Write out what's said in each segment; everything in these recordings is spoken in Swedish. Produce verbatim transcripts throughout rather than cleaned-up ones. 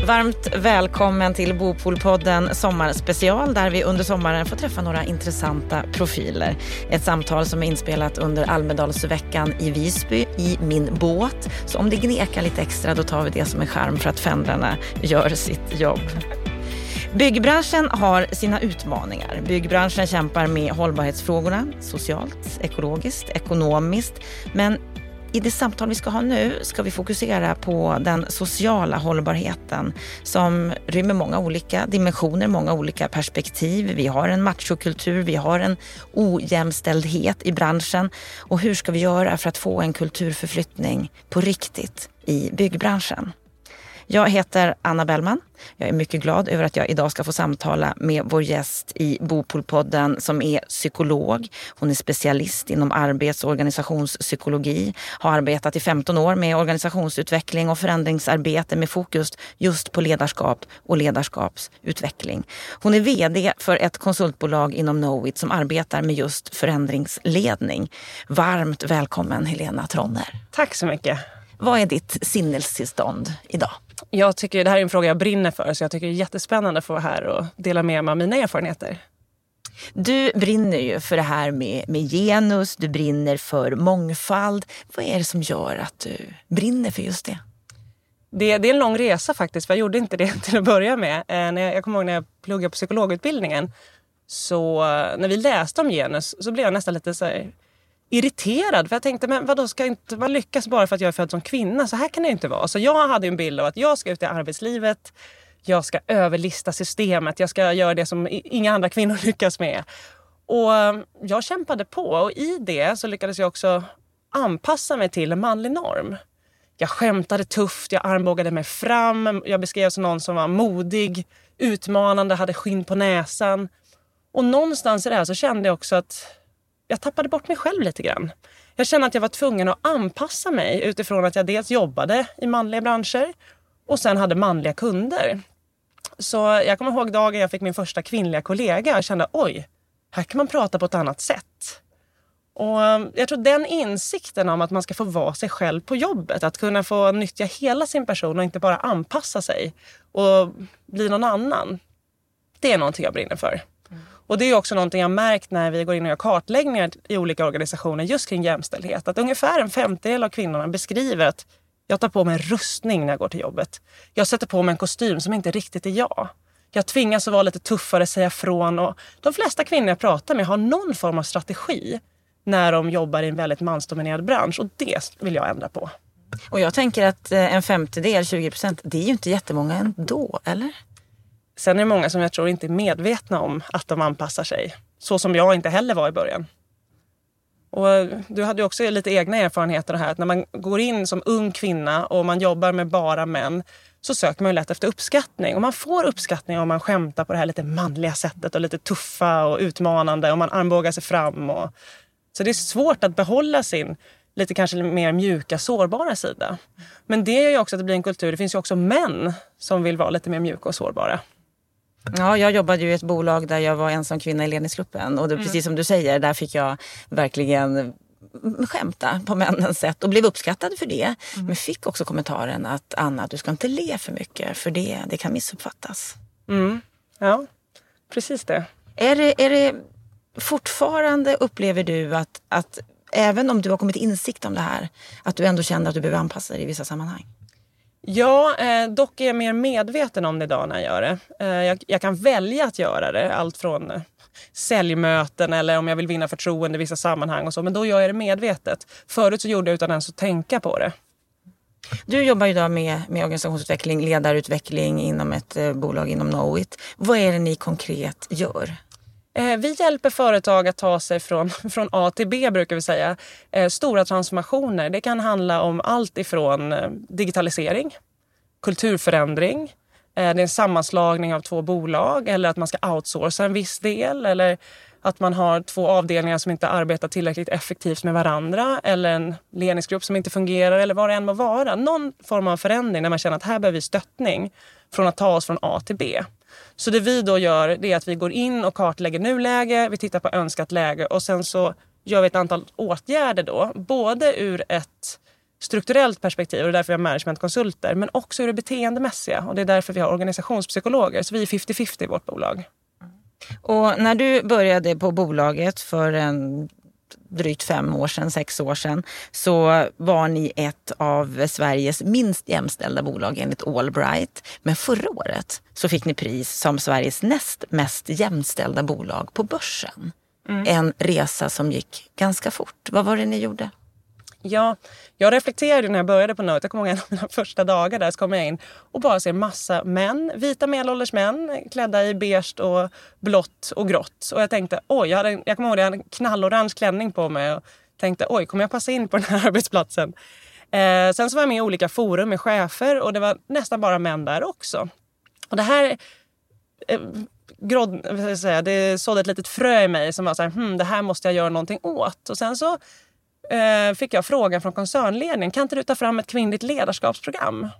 Varmt välkommen till Bopolpodden sommarspecial där vi under sommaren får träffa några intressanta profiler. Ett samtal som är inspelat under Almedalsveckan i Visby i min båt. Så om det gnekar lite extra då tar vi det som en charm för att fändrarna gör sitt jobb. Byggbranschen har sina utmaningar. Byggbranschen kämpar med hållbarhetsfrågorna, socialt, ekologiskt, ekonomiskt. Men i det samtal vi ska ha nu ska vi fokusera på den sociala hållbarheten som rymmer många olika dimensioner, många olika perspektiv. Vi har en machokultur, vi har en ojämställdhet i branschen. Och hur ska vi göra för att få en kulturförflyttning på riktigt i byggbranschen? Jag heter Anna Bellman. Jag är mycket glad över att jag idag ska få samtala med vår gäst i Bopolpodden som är psykolog. Hon är specialist inom arbets- och organisationspsykologi. Har arbetat i femton år med organisationsutveckling och förändringsarbete med fokus just på ledarskap och ledarskapsutveckling. Hon är vd för ett konsultbolag inom Knowit som arbetar med just förändringsledning. Varmt välkommen Helena Tronner. Tack så mycket. Vad är ditt sinnestillstånd idag? Jag tycker det här är en fråga jag brinner för, så jag tycker det är jättespännande att få vara här och dela med mig av mina erfarenheter. Du brinner ju för det här med, med genus, du brinner för mångfald. Vad är det som gör att du brinner för just det? Det, det är en lång resa faktiskt, för jag gjorde inte det till att börja med. Eh, när jag, jag kommer ihåg när jag pluggade på psykologutbildningen, så när vi läste om genus så blev jag nästan lite så här irriterad, för jag tänkte, men vadå, ska inte man lyckas bara för att jag är född som kvinna? Så här kan det inte vara. Så jag hade en bild av att jag ska ut i arbetslivet, jag ska överlista systemet, jag ska göra det som inga andra kvinnor lyckas med. Och jag kämpade på, och i det så lyckades jag också anpassa mig till en manlig norm. Jag skämtade tufft, jag armbågade mig fram, jag beskrev som någon som var modig, utmanande, hade skinn på näsan. Och någonstans i det här så kände jag också att jag tappade bort mig själv lite grann. Jag kände att jag var tvungen att anpassa mig utifrån att jag dels jobbade i manliga branscher och sen hade manliga kunder. Så jag kommer ihåg dagen jag fick min första kvinnliga kollega och kände, oj, här kan man prata på ett annat sätt. Och jag tror den insikten om att man ska få vara sig själv på jobbet, att kunna få nyttja hela sin person och inte bara anpassa sig och bli någon annan, det är någonting jag brinner för. Och det är också någonting jag märkt när vi går in och gör kartläggningar i olika organisationer just kring jämställdhet. Att ungefär en femtedel av kvinnorna beskriver att jag tar på mig en rustning när jag går till jobbet. Jag sätter på mig en kostym som inte riktigt är jag. Jag tvingas att vara lite tuffare, säga från. Och de flesta kvinnor jag pratar med har någon form av strategi när de jobbar i en väldigt mansdominerad bransch. Och det vill jag ändra på. Och jag tänker att en femtedel, tjugo procent, det är ju inte jättemånga ändå, eller? Sen är det många som jag tror inte är medvetna om att de anpassar sig. Så som jag inte heller var i början. Och du hade ju också lite egna erfarenheter här. Att när man går in som ung kvinna och man jobbar med bara män, så söker man ju lätt efter uppskattning. Och man får uppskattning om man skämtar på det här lite manliga sättet och lite tuffa och utmanande. Och man armbågar sig fram. Och så det är svårt att behålla sin lite kanske mer mjuka, sårbara sida. Men det gör ju också att det blir en kultur. Det finns ju också män som vill vara lite mer mjuka och sårbara. Ja, jag jobbade ju i ett bolag där jag var ensam kvinna i ledningsgruppen. Och det, mm. precis som du säger, där fick jag verkligen skämta på männens sätt. Och blev uppskattad för det. Mm. Men fick också kommentaren att Anna, du ska inte le för mycket. För det, det kan missuppfattas. Mm. Ja, precis det. Är det, är det fortfarande, upplever du att, att även om du har kommit insikt om det här, att du ändå känner att du behöver anpassa dig i vissa sammanhang? Ja, eh, dock är jag mer medveten om det idag när jag gör det. Eh, jag, jag kan välja att göra det. Allt från eh, säljmöten eller om jag vill vinna förtroende i vissa sammanhang och så. Men då gör jag det medvetet. Förut så gjorde jag utan ens att tänka på det. Du jobbar ju idag med, med organisationsutveckling, ledarutveckling inom ett eh, bolag inom Knowit. Vad är det ni konkret gör? Vi hjälper företag att ta sig från, från A till B, brukar vi säga. Stora transformationer. Det kan handla om allt ifrån digitalisering, kulturförändring. Det är en sammanslagning av två bolag eller att man ska outsourca en viss del. Eller att man har två avdelningar som inte arbetar tillräckligt effektivt med varandra. Eller en ledningsgrupp som inte fungerar eller vad det än må vara. Någon form av förändring när man känner att här behöver vi stöttning från att ta oss från A till B. Så det vi då gör, det är att vi går in och kartlägger nuläge, vi tittar på önskat läge och sen så gör vi ett antal åtgärder då. Både ur ett strukturellt perspektiv, och det är därför vi har managementkonsulter, men också ur det beteendemässiga, och det är därför vi har organisationspsykologer, så vi är femtio femtio i vårt bolag. Och när du började på bolaget för en drygt fem år sedan, sex år sedan, så var ni ett av Sveriges minst jämställda bolag enligt Allbright. Men förra året så fick ni pris som Sveriges näst mest jämställda bolag på börsen. Mm. En resa som gick ganska fort. Vad var det ni gjorde? Ja, jag reflekterade när jag började på Knowit. Jag kommer ihåg en av mina första dagar där, så kom jag in och bara ser massa män, vita medelålders män, klädda i beige och blått och grått. Och jag tänkte, oj, jag, hade, jag kommer ihåg att jag hade en knallorange klänning på mig och tänkte, oj, kommer jag passa in på den här arbetsplatsen? Eh, sen så var jag med i olika forum med chefer, och det var nästan bara män där också. Och det här... Eh, Grod, vad ska jag säga, det sådde ett litet frö i mig som var så här, hm, det här måste jag göra någonting åt. Och sen så eh, fick jag frågan från koncernledningen, kan inte du ta fram ett kvinnligt ledarskapsprogram?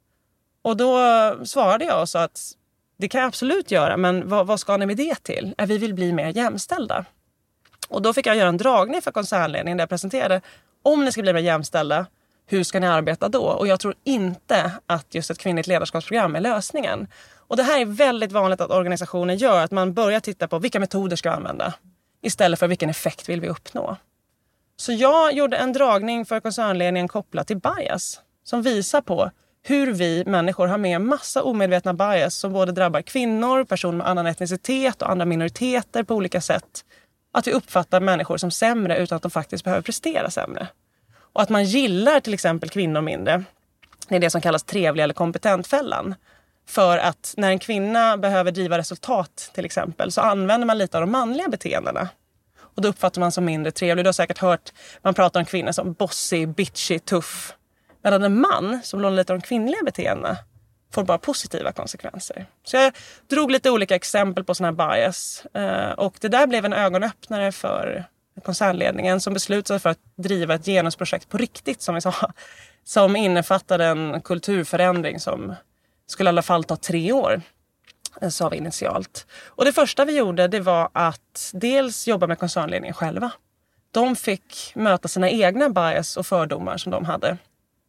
Och då svarade jag och sa att det kan jag absolut göra, men vad, vad ska ni med det till? Äh, vi vill bli mer jämställda. Och då fick jag göra en dragning för koncernledningen där jag presenterade, om ni ska bli mer jämställda, hur ska ni arbeta då? Och jag tror inte att just ett kvinnligt ledarskapsprogram är lösningen. Och det här är väldigt vanligt att organisationer gör, att man börjar titta på vilka metoder ska jag använda istället för vilken effekt vill vi uppnå. Så jag gjorde en dragning för koncernledningen kopplat till bias som visar på hur vi människor har med massa omedvetna bias som både drabbar kvinnor, personer med annan etnicitet och andra minoriteter på olika sätt. Att vi uppfattar människor som sämre utan att de faktiskt behöver prestera sämre. Och att man gillar till exempel kvinnor mindre. Det är det som kallas trevlig eller kompetentfällan. För att när en kvinna behöver driva resultat till exempel, så använder man lite av de manliga beteendena. Och då uppfattar man som mindre trevlig. Du har säkert hört man pratar om kvinnor som bossy, bitchy, tuff. Medan en man som lånar lite av de kvinnliga beteendena får bara positiva konsekvenser. Så jag drog lite olika exempel på såna här bias. Och det där blev en ögonöppnare för koncernledningen som beslutade sig för att driva ett genusprojekt på riktigt, som vi sa. Som innefattade en kulturförändring som skulle i alla fall ta tre år, sa vi initialt. Och det första vi gjorde, det var att dels jobba med koncernledningen själva. De fick möta sina egna bias och fördomar som de hade.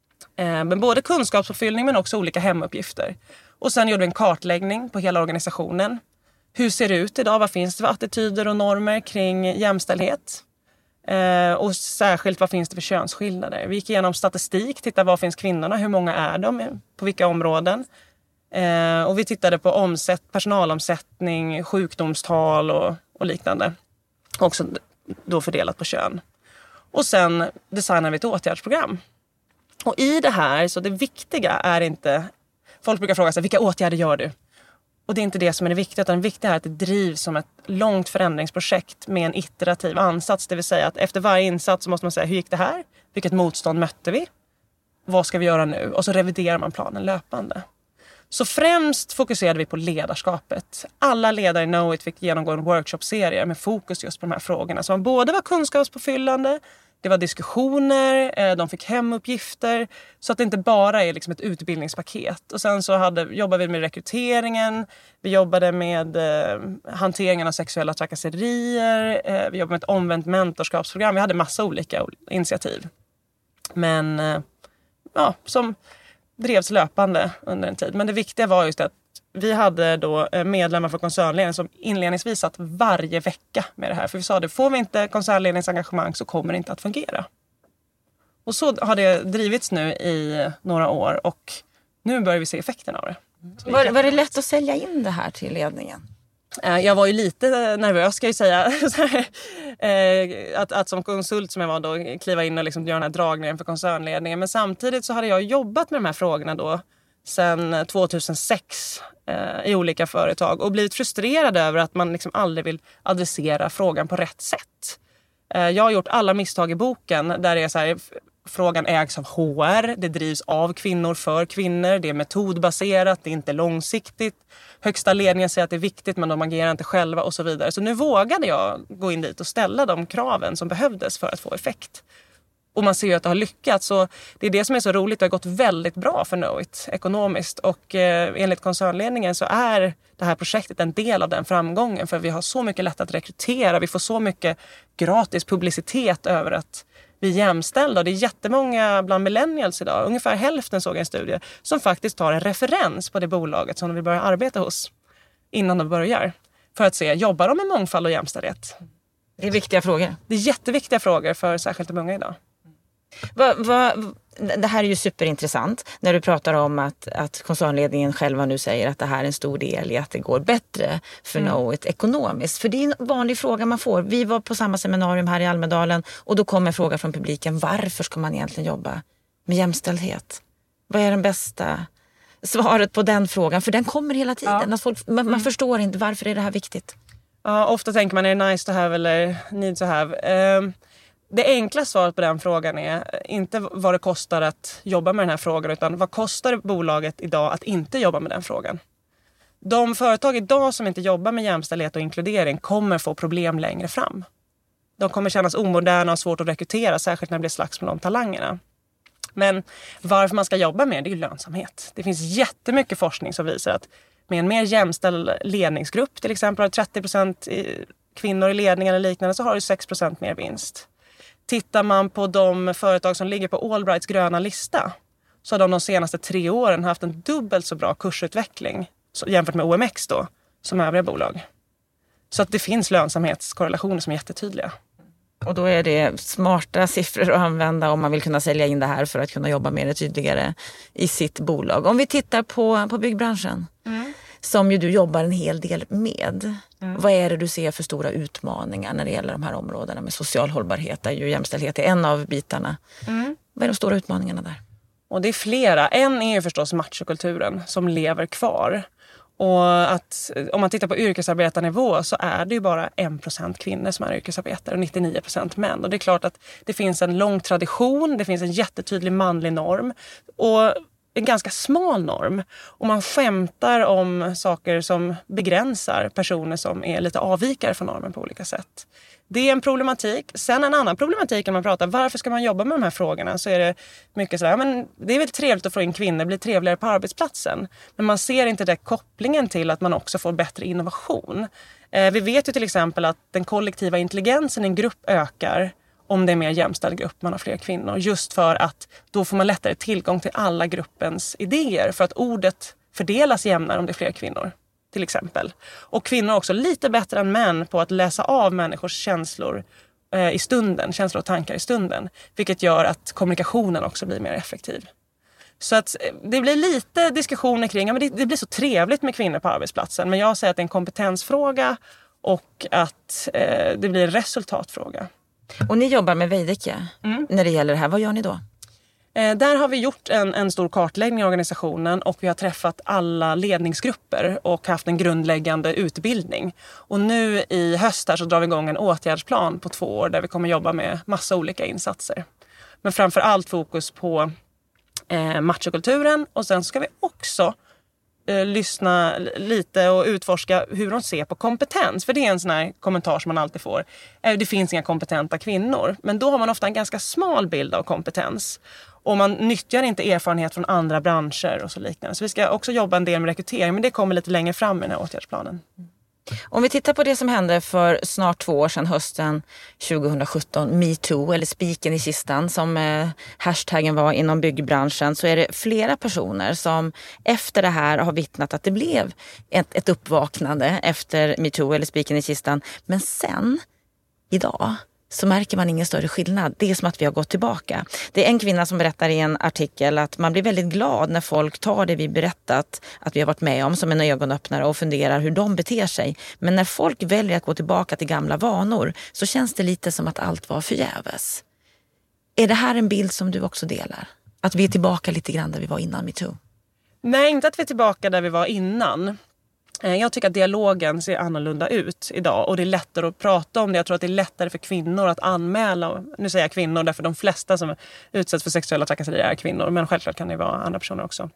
Eh, men både kunskapsuppfyllning men också olika hemuppgifter. Och sen gjorde vi en kartläggning på hela organisationen. Hur ser det ut idag? Vad finns det för attityder och normer kring jämställdhet? Eh, och särskilt vad finns det för könsskillnader? Vi gick igenom statistik, tittade var finns kvinnorna, hur många är de, på vilka områden. Eh, och vi tittade på omsätt, personalomsättning, sjukdomstal och, och liknande. Också då fördelat på kön. Och sen designade vi ett åtgärdsprogram. Och i det här, så det viktiga är inte... Folk brukar fråga sig, vilka åtgärder gör du? Och det är inte det som är det viktiga, utan det viktiga är att det drivs som ett långt förändringsprojekt med en iterativ ansats. Det vill säga att efter varje insats så måste man säga, hur gick det här? Vilket motstånd mötte vi? Vad ska vi göra nu? Och så reviderar man planen löpande. Så främst fokuserade vi på ledarskapet. Alla ledare i Knowit fick genomgå en workshopserie med fokus just på de här frågorna. Så man både var kunskapspåfyllande, det var diskussioner, de fick hemuppgifter. Så att det inte bara är liksom ett utbildningspaket. Och sen så hade, jobbade vi med rekryteringen, vi jobbade med eh, hanteringen av sexuella trakasserier, eh, vi jobbade med ett omvänt mentorskapsprogram. Vi hade massa olika initiativ. Men eh, ja, som... drevs löpande under en tid. Men det viktiga var just att vi hade då medlemmar för koncernledningen som inledningsvis satt varje vecka med det här. För vi sa att får vi inte koncernledningsengagemang så kommer det inte att fungera. Och så har det drivits nu i några år och nu börjar vi se effekterna av det. Var, var det lätt att sälja in det här till ledningen? Jag var ju lite nervös, ska jag säga. att, att som konsult som jag var då kliva in och liksom göra den här dragningen för koncernledningen. Men samtidigt så hade jag jobbat med de här frågorna då sedan tjugohundrasex eh, i olika företag. Och blivit frustrerad över att man liksom aldrig vill adressera frågan på rätt sätt. Eh, jag har gjort alla misstag i boken där det är så här... Frågan ägs av H R, det drivs av kvinnor för kvinnor, det är metodbaserat, det är inte långsiktigt. Högsta ledningen säger att det är viktigt men de agerar inte själva och så vidare. Så nu vågade jag gå in dit och ställa de kraven som behövdes för att få effekt. Och man ser ju att det har lyckats. Så det är det som är så roligt, det har gått väldigt bra för Knowit ekonomiskt. Och eh, enligt koncernledningen så är det här projektet en del av den framgången. För vi har så mycket lätt att rekrytera, vi får så mycket gratis publicitet över att vi är jämställda. Och det är jättemånga bland millennials idag, ungefär hälften såg jag en studie, som faktiskt tar en referens på det bolaget som de vill börja arbeta hos innan de börjar. För att se, jobbar de med mångfald och jämställdhet? Det är viktiga frågor. Det är jätteviktiga frågor för särskilt de unga idag. Va, va, det här är ju superintressant när du pratar om att, att koncernledningen själva nu säger att det här är en stor del i att det går bättre för mm. Knowit ekonomiskt. För det är en vanlig fråga man får. Vi var på samma seminarium här i Almedalen och då kom en fråga från publiken. Varför ska man egentligen jobba med jämställdhet? Vad är den bästa svaret på den frågan? För den kommer hela tiden. Ja. Att folk, man, man mm. förstår inte varför är det här viktigt. Ja, ofta tänker man är det nice to have eller need to have. Um... Det enkla svaret på den frågan är inte vad det kostar att jobba med den här frågan, utan vad kostar bolaget idag att inte jobba med den frågan. De företag idag som inte jobbar med jämställdhet och inkludering kommer få problem längre fram. De kommer kännas omoderna och svårt att rekrytera, särskilt när det blir slagsmål om talangerna. Men varför man ska jobba med det är ju lönsamhet. Det finns jättemycket forskning som visar att med en mer jämställd ledningsgrupp, till exempel har trettio procent kvinnor i ledningen eller liknande, så har du sex procent mer vinst. Tittar man på de företag som ligger på Allbrights gröna lista, så har de de senaste tre åren haft en dubbelt så bra kursutveckling jämfört med O M X då, som övriga bolag. Så att det finns lönsamhetskorrelationer som är jättetydliga. Och då är det smarta siffror att använda om man vill kunna sälja in det här för att kunna jobba mer tydligare i sitt bolag. Om vi tittar på, på byggbranschen, mm. som ju du jobbar en hel del med. Mm. Vad är det du ser för stora utmaningar när det gäller de här områdena med social hållbarhet, där ju jämställdhet är en av bitarna. Mm. Vad är de stora utmaningarna där? Och det är flera. En är ju förstås machokulturen som lever kvar. Och att om man tittar på yrkesarbetarnivå så är det ju bara en procent kvinnor som är yrkesarbetare och nittionio procent män. Och det är klart att det finns en lång tradition, det finns en jättetydlig manlig norm och en ganska smal norm. Och man skämtar om saker som begränsar personer som är lite avvikare från normen på olika sätt. Det är en problematik. Sen en annan problematik när man pratar, varför ska man jobba med de här frågorna? Så är det mycket sådär, men det är väl trevligt att få in kvinnor, bli trevligare på arbetsplatsen. Men man ser inte det kopplingen till att man också får bättre innovation. Eh, vi vet ju till exempel att den kollektiva intelligensen i en grupp ökar om det är mer jämställd grupp, man har fler kvinnor. Just för att då får man lättare tillgång till alla gruppens idéer. För att ordet fördelas jämnare om det är fler kvinnor, till exempel. Och kvinnor är också lite bättre än män på att läsa av människors känslor eh, i stunden, känslor och tankar i stunden. Vilket gör att kommunikationen också blir mer effektiv. Så att det blir lite diskussioner kring, ja, men det, det blir så trevligt med kvinnor på arbetsplatsen. Men jag säger att det är en kompetensfråga och att eh, det blir en resultatfråga. Och ni jobbar med Veidekke mm. när det gäller det här. Vad gör ni då? Eh, där har vi gjort en, en stor kartläggning i organisationen och vi har träffat alla ledningsgrupper och haft en grundläggande utbildning. Och nu i höst här så drar vi igång en åtgärdsplan på två år där vi kommer jobba med massa olika insatser. Men framför allt fokus på eh, machokulturen, och sen ska vi också eh, lyssna lite och utforska hur de ser på kompetens. För det är en sån här kommentar som man alltid får. Eh, det finns inga kompetenta kvinnor. Men då har man ofta en ganska smal bild av kompetens. Och man nyttjar inte erfarenhet från andra branscher och så liknande. Så vi ska också jobba en del med rekrytering, men det kommer lite längre fram i den här åtgärdsplanen. Om vi tittar på det som hände för snart två år sedan, hösten tjugosjutton, MeToo eller spiken i kistan som eh, hashtaggen var inom byggbranschen, så är det flera personer som efter det här har vittnat att det blev ett, ett uppvaknande efter MeToo eller spiken i kistan. Men sen, idag, så märker man ingen större skillnad. Det är som att vi har gått tillbaka. Det är en kvinna som berättar i en artikel att man blir väldigt glad när folk tar det vi berättat att vi har varit med om som en ögonöppnare och funderar hur de beter sig. Men när folk väljer att gå tillbaka till gamla vanor så känns det lite som att allt var förgäves. Är det här en bild som du också delar? Att vi är tillbaka lite grann där vi var innan MeToo? Nej, inte att vi är tillbaka där vi var innan. Jag tycker att dialogen ser annorlunda ut idag och det är lättare att prata om det. Jag tror att det är lättare för kvinnor att anmäla. Nu säger jag kvinnor därför de flesta som utsätts för sexuella trakasserier är kvinnor. Men självklart kan det vara andra personer också.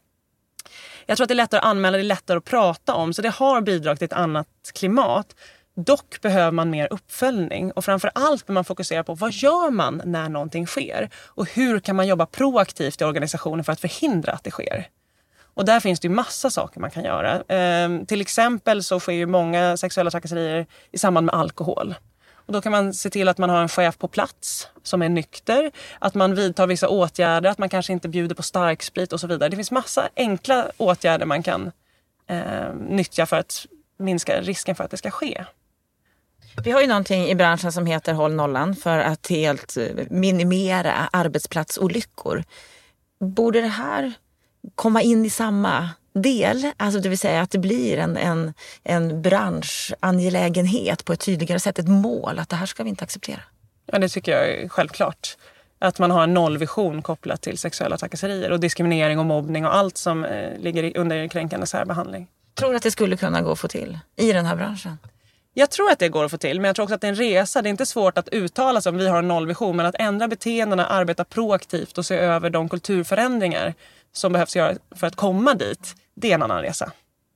Jag tror att det är lättare att anmäla, det är lättare att prata om. Så det har bidragit till ett annat klimat. Dock behöver man mer uppföljning. Och framför allt behöver man fokusera på vad gör man när någonting sker. Och hur kan man jobba proaktivt i organisationen för att förhindra att det sker. Och där finns det ju massa saker man kan göra. Eh, till exempel så sker ju många sexuella trakasserier i samband med alkohol. Och då kan man se till att man har en chef på plats som är nykter. Att man vidtar vissa åtgärder, att man kanske inte bjuder på starksprit och så vidare. Det finns massa enkla åtgärder man kan eh, nyttja för att minska risken för att det ska ske. Vi har ju någonting i branschen som heter Håll nollan för att helt minimera arbetsplatsolyckor. Borde det här komma in i samma del? Alltså det vill säga att det blir en, en, en branschangelägenhet på ett tydligare sätt, ett mål att det här ska vi inte acceptera. Ja, det tycker jag är självklart. Att man har en nollvision kopplat till sexuella trakasserier och diskriminering och mobbning och allt som eh, ligger under kränkande särbehandling. Tror du att det skulle kunna gå att få till i den här branschen? Jag tror att det går att få till, men jag tror också att det är en resa. Det är inte svårt att uttala sig om vi har en nollvision, men att ändra beteendena, arbeta proaktivt och se över de kulturförändringar som behövs göra för att komma dit, det är en annan resa.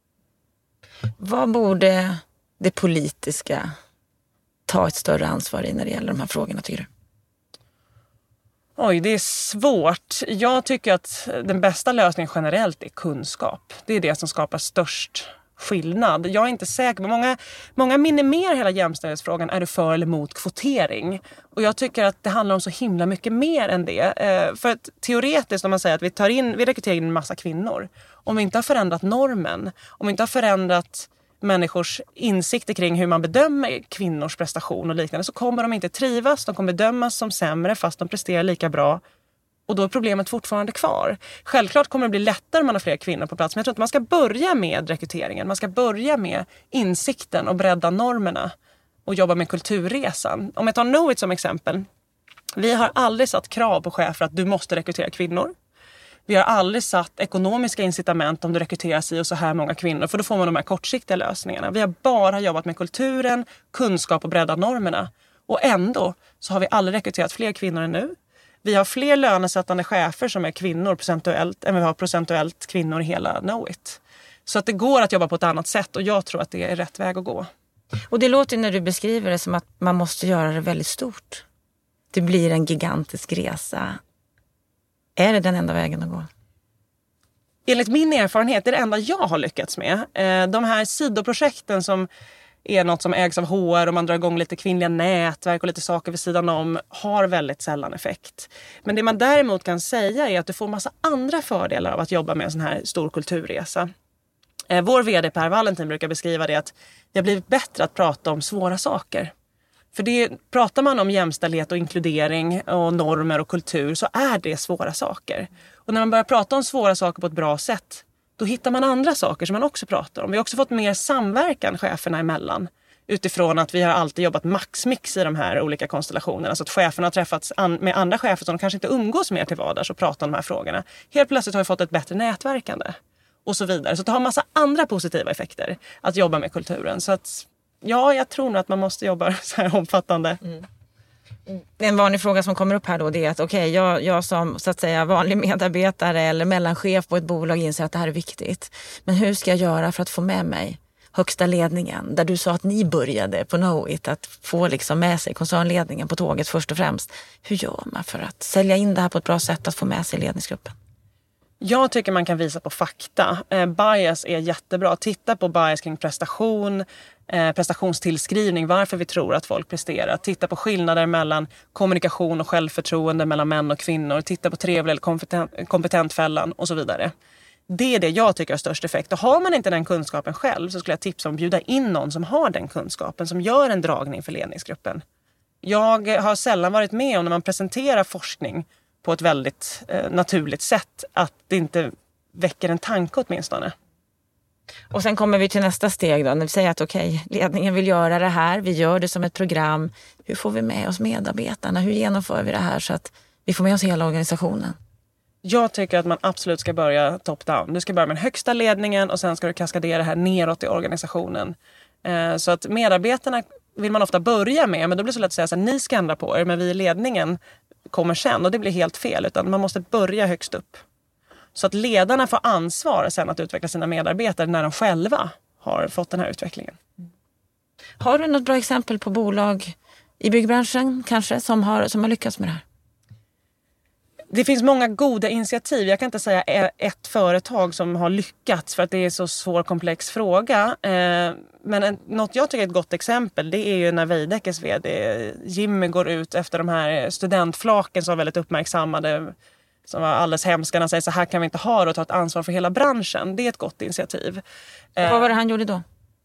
Vad borde det politiska ta ett större ansvar i när det gäller de här frågorna, tycker du? Oj, det är svårt. Jag tycker att den bästa lösningen generellt är kunskap. Det är det som skapar störst skillnad. Jag är inte säker på. Många, många minimerar hela jämställdhetsfrågan. Är du för eller mot kvotering? Och jag tycker att det handlar om så himla mycket mer än det. Eh, för att teoretiskt, om man säger att vi tar in, vi rekryterar in en massa kvinnor. Om vi inte har förändrat normen, om vi inte har förändrat människors insikter kring hur man bedömer kvinnors prestation och liknande, så kommer de inte trivas. De kommer bedömas som sämre fast de presterar lika bra. Och då är problemet fortfarande kvar. Självklart kommer det bli lättare om man har fler kvinnor på plats. Men jag tror att man ska börja med rekryteringen. Man ska börja med insikten och bredda normerna. Och jobba med kulturresan. Om jag tar Knowit som exempel. Vi har aldrig satt krav på chefer att du måste rekrytera kvinnor. Vi har aldrig satt ekonomiska incitament om du rekryterar sig och så här många kvinnor. För då får man de här kortsiktiga lösningarna. Vi har bara jobbat med kulturen, kunskap och bredda normerna. Och ändå så har vi aldrig rekryterat fler kvinnor än nu. Vi har fler lönesättande chefer som är kvinnor procentuellt än vi har procentuellt kvinnor i hela Knowit. Så att det går att jobba på ett annat sätt och jag tror att det är rätt väg att gå. Och det låter när du beskriver det som att man måste göra det väldigt stort. Det blir en gigantisk resa. Är det den enda vägen att gå? Enligt min erfarenhet är det enda jag har lyckats med. De här sidoprojekten som är något som ägs av H R och man drar igång lite kvinnliga nätverk och lite saker vid sidan om har väldigt sällan effekt. Men det man däremot kan säga är att du får massa andra fördelar av att jobba med en sån här stor kulturresa. Vår vd Per Valentin brukar beskriva det att det har blivit bättre att prata om svåra saker. För det, pratar man om jämställdhet och inkludering och normer och kultur så är det svåra saker. Och när man börjar prata om svåra saker på ett bra sätt, då hittar man andra saker som man också pratar om. Vi har också fått mer samverkan cheferna emellan. Utifrån att vi har alltid jobbat maxmix i de här olika konstellationerna. Så att cheferna har träffats med andra chefer som de kanske inte umgås mer till vardags och pratar om de här frågorna. Helt plötsligt har vi fått ett bättre nätverkande. Och så vidare. Så det har massa andra positiva effekter att jobba med kulturen. Så att ja, jag tror nog att man måste jobba så här omfattande. Mm. En vanlig fråga som kommer upp här då, det är att okej, okay, jag, jag som så att säga vanlig medarbetare eller mellanchef på ett bolag inser att det här är viktigt. Men hur ska jag göra för att få med mig högsta ledningen? Där du sa att ni började på Knowit att få liksom med sig koncernledningen på tåget först och främst. Hur gör man för att sälja in det här på ett bra sätt att få med sig ledningsgruppen? Jag tycker man kan visa på fakta. Eh, bias är jättebra. Titta på bias kring prestation, eh, prestationstillskrivning, varför vi tror att folk presterar. Titta på skillnader mellan kommunikation och självförtroende mellan män och kvinnor. Titta på trevlig eller kompetent, kompetentfällan och så vidare. Det är det jag tycker har störst effekt. Och har man inte den kunskapen själv så skulle jag tipsa om att bjuda in någon som har den kunskapen, som gör en dragning för ledningsgruppen. Jag har sällan varit med om när man presenterar forskning på ett väldigt eh, naturligt sätt att det inte väcker en tanke åtminstone. Och sen kommer vi till nästa steg då. När vi säger att okej, okay, ledningen vill göra det här. Vi gör det som ett program. Hur får vi med oss medarbetarna? Hur genomför vi det här så att vi får med oss hela organisationen? Jag tycker att man absolut ska börja top-down. Du ska börja med den högsta ledningen och sen ska du kaskadera det här neråt i organisationen. Eh, så att medarbetarna vill man ofta börja med. Men då blir det så lätt att säga att ni ska ändra på er. Men vi i ledningen kommer sen och det blir helt fel. Utan man måste börja högst upp. Så att ledarna får ansvar sen att utveckla sina medarbetare när de själva har fått den här utvecklingen. Har du något bra exempel på bolag i byggbranschen kanske som har, som har lyckats med det här? Det finns många goda initiativ. Jag kan inte säga ett företag som har lyckats för att det är så svår komplex fråga. Men något jag tycker är ett gott exempel, det är ju när Veidekkes vd Jimmy går ut efter de här studentflaken som var väldigt uppmärksammade, som var alldeles hemska. Han säger så här kan vi inte ha det och ta ett ansvar för hela branschen. Det är ett gott initiativ. Vad var det han gjorde då?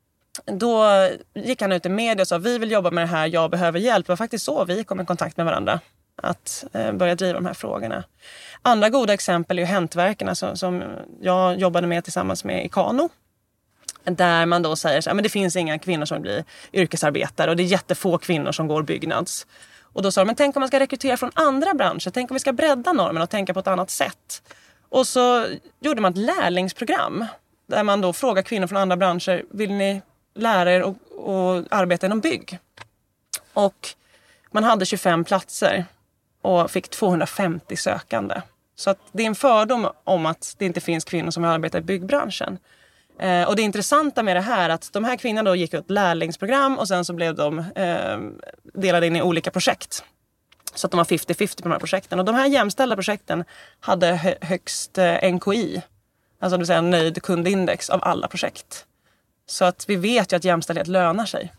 Då gick han ut i media och sa vi vill jobba med det här, jag behöver hjälp. Det var faktiskt så vi kom i kontakt med varandra. Att eh, börja driva de här frågorna. Andra goda exempel är ju Häntverkarna som, som jag jobbade med tillsammans med Ikano. Där man då säger att det finns inga kvinnor som blir yrkesarbetare och det är jättefå kvinnor som går byggnads. Och då sa de, men tänk om man ska rekrytera från andra branscher, tänk om vi ska bredda normen och tänka på ett annat sätt. Och så gjorde man ett lärlingsprogram där man då frågar kvinnor från andra branscher, vill ni lära er och, och arbeta inom bygg? Och man hade tjugofem platser och fick tvåhundrafemtio sökande. Så att det är en fördom om att det inte finns kvinnor som arbetar i byggbranschen. Eh, och det intressanta med det här är att de här kvinnorna då gick ut lärlingsprogram och sen så blev de eh, delade in i olika projekt. Så att de var femtio femtio på de här projekten. Och de här jämställda projekten hade hö- högst eh, N K I. Alltså det vill säga nöjd kundindex av alla projekt. Så att vi vet ju att jämställdhet lönar sig.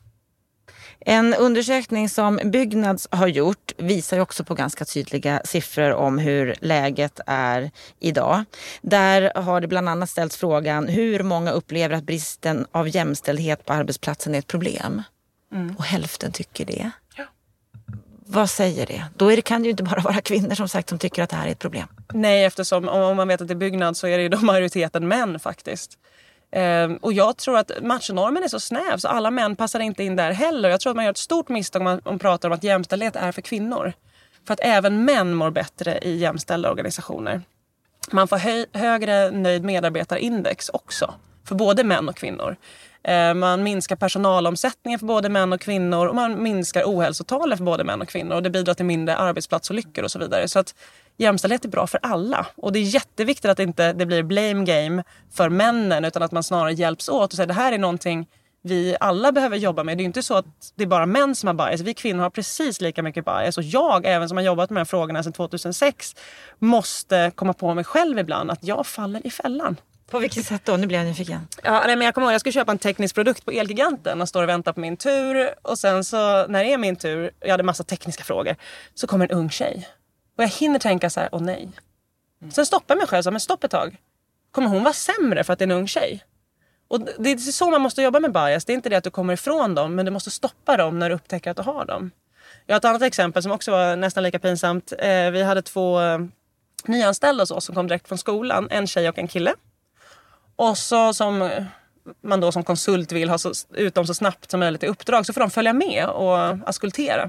En undersökning som Byggnads har gjort visar ju också på ganska tydliga siffror om hur läget är idag. Där har det bland annat ställts frågan hur många upplever att bristen av jämställdhet på arbetsplatsen är ett problem. Mm. Och hälften tycker det. Ja. Vad säger det? Då är det, kan det ju inte bara vara kvinnor som sagt som tycker att det här är ett problem. Nej, eftersom om man vet att det är Byggnads så är det ju då majoriteten män faktiskt. Um, och jag tror att machonormen är så snäv så alla män passar inte in där heller. Jag tror att man gör ett stort misstag om man, om man pratar om att jämställdhet är för kvinnor. För att även män mår bättre i jämställda organisationer. Man får hö- högre nöjd medarbetarindex också för både män och kvinnor. Uh, man minskar personalomsättningen för både män och kvinnor och man minskar ohälsotalen för både män och kvinnor. Och det bidrar till mindre arbetsplatsolyckor och så vidare. Så att jämställdhet är bra för alla. Och det är jätteviktigt att det inte det blir blame game för männen utan att man snarare hjälps åt och säger det här är någonting vi alla behöver jobba med. Det är ju inte så att det är bara män som har bias. Vi kvinnor har precis lika mycket bias. Och jag, även som har jobbat med de här frågorna sedan tjugohundrasex, måste komma på mig själv ibland att jag faller i fällan. På vilket sätt då? Nu blir jag nyfiken. Ja, nej, men jag kommer ihåg, jag skulle köpa en teknisk produkt på Elgiganten och står och väntar på min tur. Och sen så, när det är min tur, jag hade massa tekniska frågor, så kommer en ung tjej. Och jag hinner tänka så här, åh nej. Sen stoppar jag mig själv så här, men stopp ett tag. Kommer hon vara sämre för att det är en ung tjej? Och det är så man måste jobba med bias. Det är inte det att du kommer ifrån dem, men du måste stoppa dem när du upptäcker att du har dem. Jag har ett annat exempel som också var nästan lika pinsamt. Vi hade två nyanställda hos oss som kom direkt från skolan. En tjej och en kille. Och så som man då som konsult vill ha så, ut dem så snabbt som möjligt i uppdrag så får de följa med och askultera.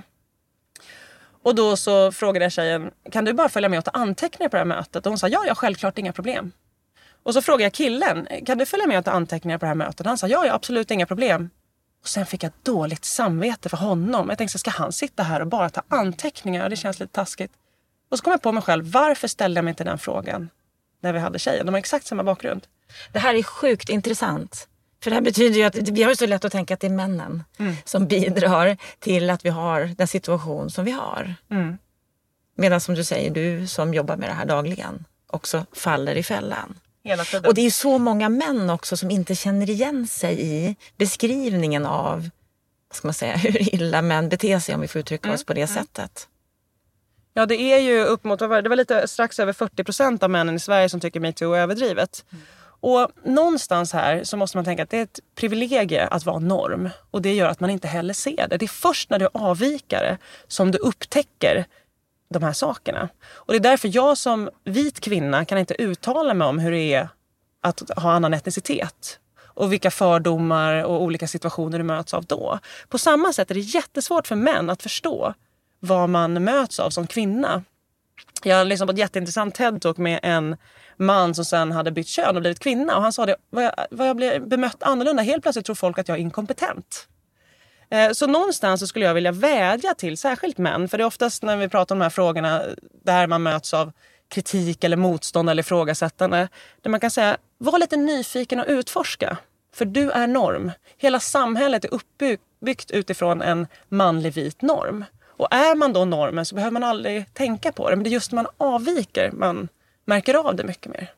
Och då så frågade jag tjejen, kan du bara följa med och ta anteckningar på det här mötet? Och hon sa, ja, ja, självklart, inga problem. Och så frågade jag killen, kan du följa med och ta anteckningar på det här mötet? Han sa, ja, ja, absolut, inga problem. Och sen fick jag dåligt samvete för honom. Jag tänkte, ska han sitta här och bara ta anteckningar? Det känns lite taskigt. Och så kom jag på mig själv, varför ställde jag mig inte den frågan när vi hade tjejen? De har exakt samma bakgrund. Det här är sjukt intressant. För det här betyder ju att vi har så lätt att tänka att det är männen mm. som bidrar till att vi har den situation som vi har. Mm. Medan som du säger, du som jobbar med det här dagligen också faller i fällan. Hela tiden. Och det är så många män också som inte känner igen sig i beskrivningen av, vad ska man säga, hur illa män beter sig om vi får uttrycka mm. oss på det mm. sättet. Ja, det är ju upp mot, det var lite strax över fyrtio procent av männen i Sverige som tycker MeToo är överdrivet. Mm. Och någonstans här så måste man tänka att det är ett privilegie att vara norm. Och det gör att man inte heller ser det. Det är först när du är avvikare som du upptäcker de här sakerna. Och det är därför jag som vit kvinna kan inte uttala mig om hur det är att ha annan etnicitet. Och vilka fördomar och olika situationer du möts av då. På samma sätt är det jättesvårt för män att förstå vad man möts av som kvinna. Jag har lyssnat på ett jätteintressant TED-talk med en man som sen hade bytt kön och blivit kvinna. Och han sa det, vad jag, vad jag blev bemött annorlunda. Helt plötsligt tror folk att jag är inkompetent. Eh, så någonstans så skulle jag vilja vädja till särskilt män. För det är oftast när vi pratar om de här frågorna där man möts av kritik eller motstånd eller ifrågasättande. Där man kan säga, var lite nyfiken och utforska. För du är norm. Hela samhället är uppbyggt utifrån en manlig vit norm. Och är man då normen så behöver man aldrig tänka på det. Men det är just när man avviker man märker av det mycket mer.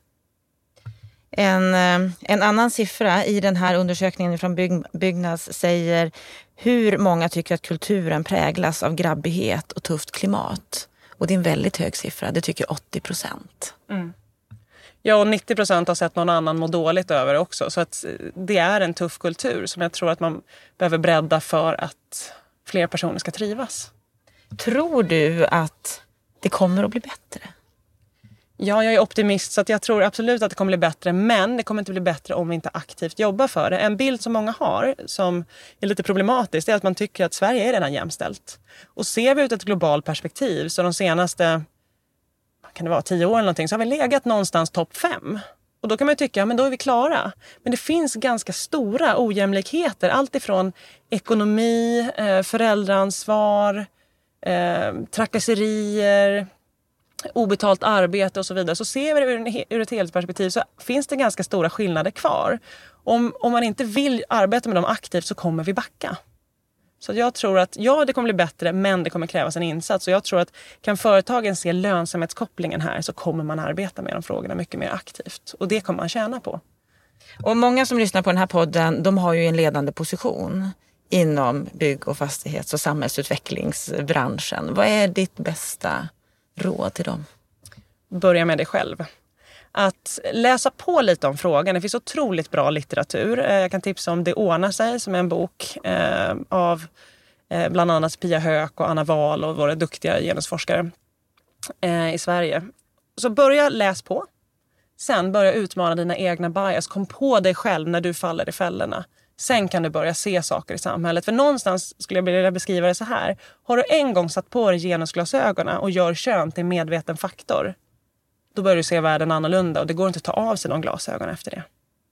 En, en annan siffra i den här undersökningen från Bygg, Byggnads säger hur många tycker att kulturen präglas av grabbighet och tufft klimat. Och det är en väldigt hög siffra, det tycker åttio procent. Mm. Ja, och nittio procent har sett någon annan må dåligt över också. Så att det är en tuff kultur som jag tror att man behöver bredda för att fler personer ska trivas. Tror du att det kommer att bli bättre? Ja, jag är optimist så att jag tror absolut att det kommer bli bättre. Men det kommer inte bli bättre om vi inte aktivt jobbar för det. En bild som många har som är lite problematisk är att man tycker att Sverige är redan jämställt. Och ser vi ut ett globalt perspektiv så de senaste kan det vara tio år eller någonting så har vi legat någonstans topp fem. Och då kan man ju tycka, ja, men då är vi klara. Men det finns ganska stora ojämlikheter. Allt ifrån ekonomi, eh, föräldraansvar, eh, trakasserier, obetalt arbete och så vidare. Så ser vi det ur, en, ur ett helhetsperspektiv så finns det ganska stora skillnader kvar. Om, om man inte vill arbeta med dem aktivt så kommer vi backa. Så jag tror att ja, det kommer bli bättre men det kommer krävas en insats. Och jag tror att kan företagen se lönsamhetskopplingen här så kommer man arbeta med de frågorna mycket mer aktivt. Och det kommer man tjäna på. Och många som lyssnar på den här podden, de har ju en ledande position inom bygg- och fastighets- och samhällsutvecklingsbranschen. Vad är ditt bästa råd till dem? Börja med dig själv. Att läsa på lite om frågan. Det finns otroligt bra litteratur. Jag kan tipsa om Det ordnar sig som är en bok eh, av eh, bland annat Pia Höök och Anna Wahl och våra duktiga genusforskare eh, i Sverige. Så börja läs på. Sen börja utmana dina egna bias. Kom på dig själv när du faller i fällorna. Sen kan du börja se saker i samhället. För någonstans skulle jag vilja beskriva det så här. Har du en gång satt på dig genusglasögonen och gör kön till en medveten faktor, då börjar du se världen annorlunda och det går inte att ta av sig de glasögonen efter det.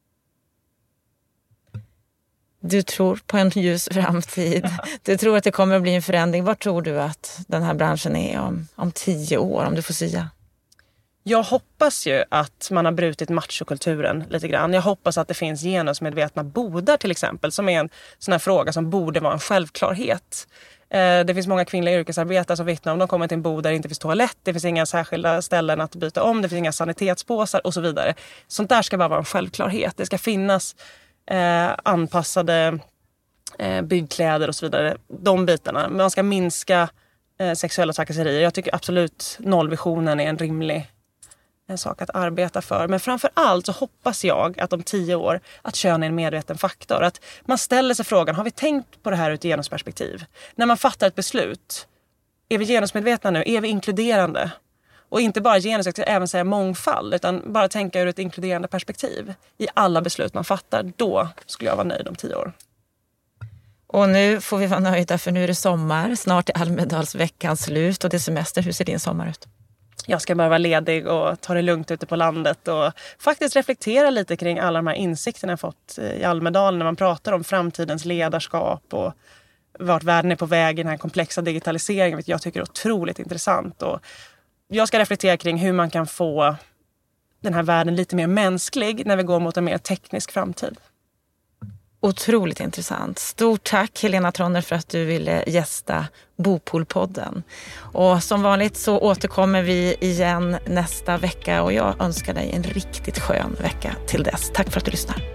Du tror på en ljus framtid. Du tror att det kommer att bli en förändring. Vad tror du att den här branschen är om, om tio år, om du får säga? Jag hoppas ju att man har brutit machokulturen lite grann. Jag hoppas att det finns genusmedvetna bodar till exempel, som är en sån här fråga som borde vara en självklarhet. Det finns många kvinnliga yrkesarbetare som vittnar om de kommer till en bod där det inte finns toalett, det finns inga särskilda ställen att byta om, det finns inga sanitetspåsar och så vidare. Sånt där ska bara vara en självklarhet. Det ska finnas eh, anpassade eh, byggkläder och så vidare. De bitarna. Men man ska minska eh, sexuella trakasserier. Jag tycker absolut nollvisionen är en rimlig en sak att arbeta för. Men framför allt så hoppas jag att om tio år att kön är en medveten faktor. Att man ställer sig frågan, har vi tänkt på det här ur ett genusperspektiv? När man fattar ett beslut, är vi genusmedvetna nu? Är vi inkluderande? Och inte bara genus, jag ska även säga mångfald, utan bara tänka ur ett inkluderande perspektiv i alla beslut man fattar. Då skulle jag vara nöjd om tio år. Och nu får vi vara nöjda för nu är det sommar. Snart är Almedalsveckan slut och det är semester. Hur ser din sommar ut? Jag ska bara vara ledig och ta det lugnt ute på landet och faktiskt reflektera lite kring alla de här insikterna jag fått i Almedalen när man pratar om framtidens ledarskap och vart världen är på väg i den här komplexa digitaliseringen, vilket jag tycker är otroligt intressant. Och jag ska reflektera kring hur man kan få den här världen lite mer mänsklig när vi går mot en mer teknisk framtid. Otroligt intressant. Stort tack Helena Tronner för att du ville gästa Bopool-podden. Och som vanligt så återkommer vi igen nästa vecka och jag önskar dig en riktigt skön vecka till dess. Tack för att du lyssnar.